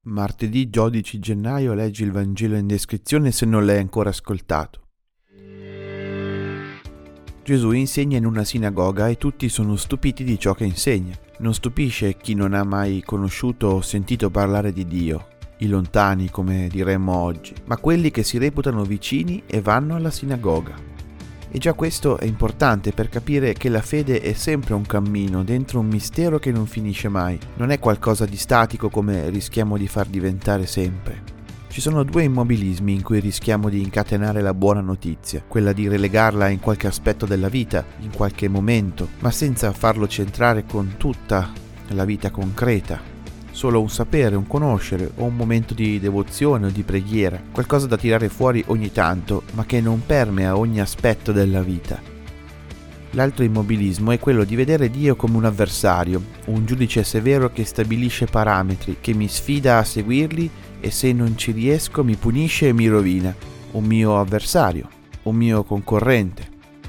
Martedì 12 gennaio leggi il Vangelo in descrizione se non l'hai ancora ascoltato. Gesù insegna in una sinagoga e tutti sono stupiti di ciò che insegna. Non stupisce chi non ha mai conosciuto o sentito parlare di Dio, i lontani come diremmo oggi, ma quelli che si reputano vicini e vanno alla sinagoga. E già questo è importante per capire che la fede è sempre un cammino dentro un mistero che non finisce mai. Non è qualcosa di statico come rischiamo di far diventare sempre. Ci sono due immobilismi in cui rischiamo di incatenare la buona notizia, quella di relegarla in qualche aspetto della vita, in qualche momento, ma senza farlo centrare con tutta la vita concreta. Solo un sapere, un conoscere o un momento di devozione o di preghiera, qualcosa da tirare fuori ogni tanto, ma che non permea ogni aspetto della vita. L'altro immobilismo è quello di vedere Dio come un avversario, un giudice severo che stabilisce parametri, che mi sfida a seguirli e se non ci riesco mi punisce e mi rovina, un mio avversario, un mio concorrente.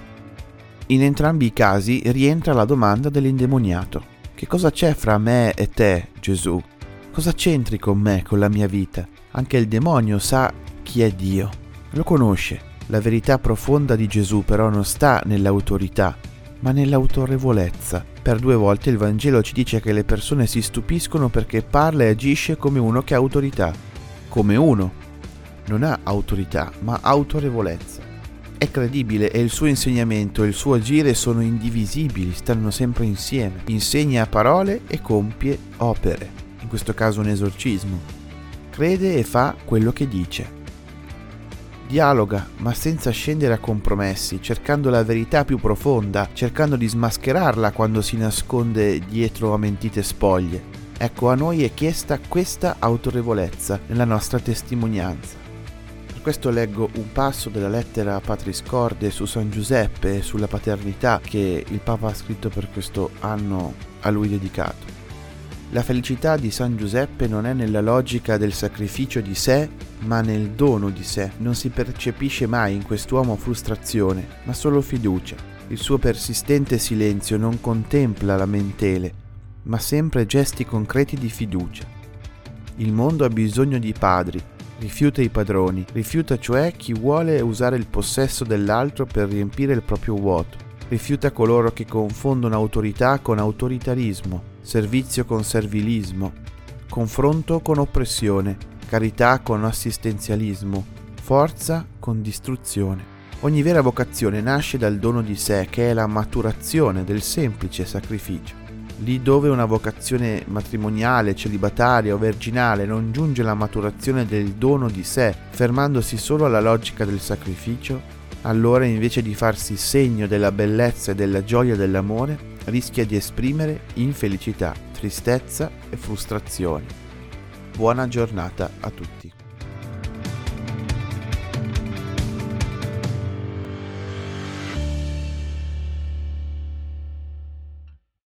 In entrambi i casi rientra la domanda dell'indemoniato. Che cosa c'è fra me e te, Gesù? Cosa c'entri con me, con la mia vita? Anche il demonio sa chi è Dio, lo conosce. La verità profonda di Gesù però non sta nell'autorità, ma nell'autorevolezza. Per 2 volte il Vangelo ci dice che le persone si stupiscono perché parla e agisce come uno che ha autorità. Come uno. Non ha autorità, ma autorevolezza. È credibile e il suo insegnamento e il suo agire sono indivisibili, stanno sempre insieme. Insegna parole e compie opere, in questo caso un esorcismo. Crede e fa quello che dice. Dialoga, ma senza scendere a compromessi, cercando la verità più profonda, cercando di smascherarla quando si nasconde dietro a mentite spoglie. Ecco, a noi è chiesta questa autorevolezza nella nostra testimonianza. Questo leggo un passo della lettera Patris Corde su San Giuseppe e sulla paternità che il Papa ha scritto per questo anno a lui dedicato. La felicità di San Giuseppe non è nella logica del sacrificio di sé, ma nel dono di sé. Non si percepisce mai in quest'uomo frustrazione, ma solo fiducia. Il suo persistente silenzio non contempla lamentele, ma sempre gesti concreti di fiducia. Il mondo ha bisogno di padri. Rifiuta i padroni, rifiuta cioè chi vuole usare il possesso dell'altro per riempire il proprio vuoto. Rifiuta coloro che confondono autorità con autoritarismo, servizio con servilismo, confronto con oppressione, carità con assistenzialismo, forza con distruzione. Ogni vera vocazione nasce dal dono di sé, che è la maturazione del semplice sacrificio. Lì dove una vocazione matrimoniale, celibataria o virginale non giunge alla maturazione del dono di sé, fermandosi solo alla logica del sacrificio, allora invece di farsi segno della bellezza e della gioia dell'amore, rischia di esprimere infelicità, tristezza e frustrazioni. Buona giornata a tutti.